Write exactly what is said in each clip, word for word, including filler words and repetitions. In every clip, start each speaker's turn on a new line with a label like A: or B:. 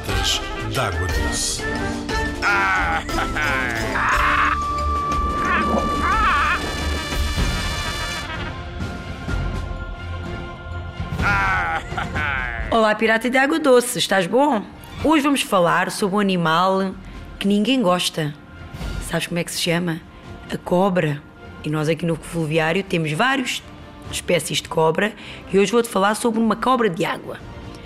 A: Piratas d'Água Doce.
B: Olá, pirata de água doce, estás bom? Hoje vamos falar sobre um animal que ninguém gosta. Sabes como é que se chama? A cobra. E nós aqui no Fluviário temos várias espécies de cobra e hoje vou-te falar sobre uma cobra de água,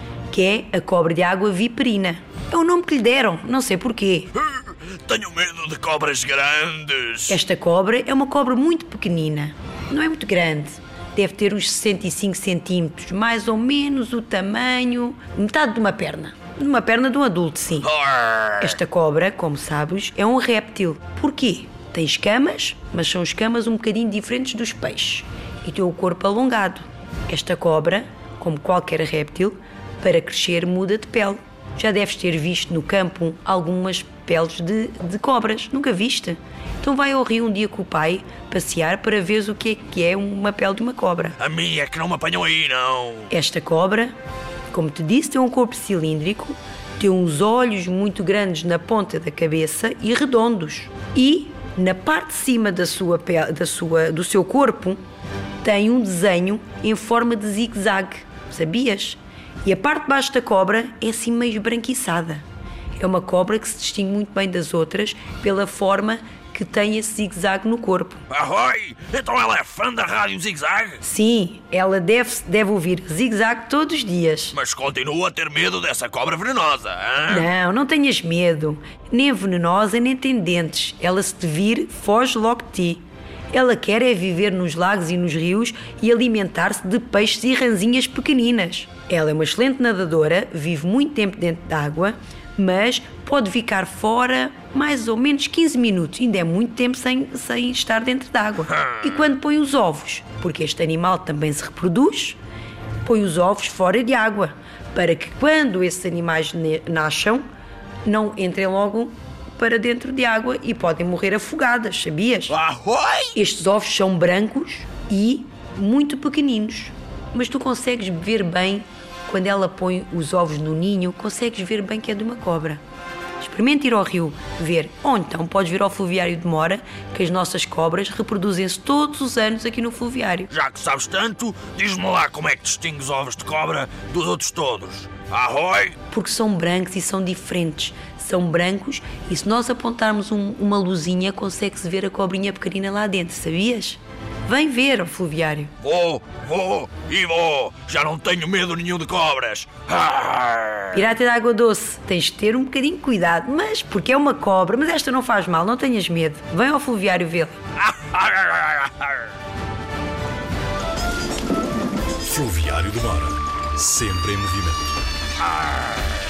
B: que é a cobra de água viperina. É o nome que lhe deram, não sei porquê.
C: Tenho medo de cobras grandes.
B: Esta cobra é uma cobra muito pequenina, não é muito grande. Deve ter uns sessenta e cinco centímetros, mais ou menos o tamanho, metade de uma perna. De uma perna de um adulto, sim. Esta cobra, como sabes, é um réptil. Porquê? Tem escamas, mas são escamas um bocadinho diferentes dos peixes. E tem o corpo alongado. Esta cobra, como qualquer réptil, para crescer muda de pele. Já deves ter visto no campo algumas peles de, de cobras. Nunca viste? Então vai ao rio um dia com o pai passear para ver o que é que é uma pele de uma cobra.
C: A minha é que não me apanham aí, não.
B: Esta cobra, como te disse, tem um corpo cilíndrico, tem uns olhos muito grandes na ponta da cabeça e redondos. E na parte de cima da sua pele, da sua, do seu corpo tem um desenho em forma de zigue-zague. Sabias? E a parte de baixo da cobra é assim meio esbranquiçada. É uma cobra que se distingue muito bem das outras pela forma que tem esse zigue-zague no corpo.
C: Ahoi! Então ela é fã da rádio Zig-Zag?
B: Sim, ela deve, deve ouvir zigue-zague todos os dias.
C: Mas continua a ter medo dessa cobra venenosa, hein?
B: Não, não tenhas medo. Nem é venenosa, nem tem dentes. Ela, se te vir, foge logo de ti. Ela quer é viver nos lagos e nos rios e alimentar-se de peixes e ranzinhas pequeninas. Ela é uma excelente nadadora, vive muito tempo dentro d'água, mas pode ficar fora mais ou menos quinze minutos. Ainda é muito tempo sem, sem estar dentro d'água. E quando põe os ovos, porque este animal também se reproduz, põe os ovos fora de água, para que quando esses animais nasçam, não entrem logo para dentro de água e podem morrer afogadas, sabias?
C: Ahoi!
B: Estes ovos são brancos e muito pequeninos, mas tu consegues ver bem, quando ela põe os ovos no ninho, consegues ver bem que é de uma cobra. Experimenta ir ao rio ver, ou então podes vir ao Fluviário de Mora, que as nossas cobras reproduzem-se todos os anos aqui no Fluviário.
C: Já que sabes tanto, diz-me lá como é que distingues os ovos de cobra dos outros todos. Ahoi!
B: Porque são brancos e são diferentes. São brancos e se nós apontarmos um, uma luzinha, consegue-se ver a cobrinha pequenina lá dentro, sabias? Vem ver ao Fluviário.
C: Vou, vou e vou. Já não tenho medo nenhum de cobras. Ah!
B: Pirata de água doce, tens de ter um bocadinho de cuidado, mas porque é uma cobra, mas esta não faz mal, não tenhas medo. Vem ao Fluviário vê-la.
A: Fluviário de Mora, sempre em movimento.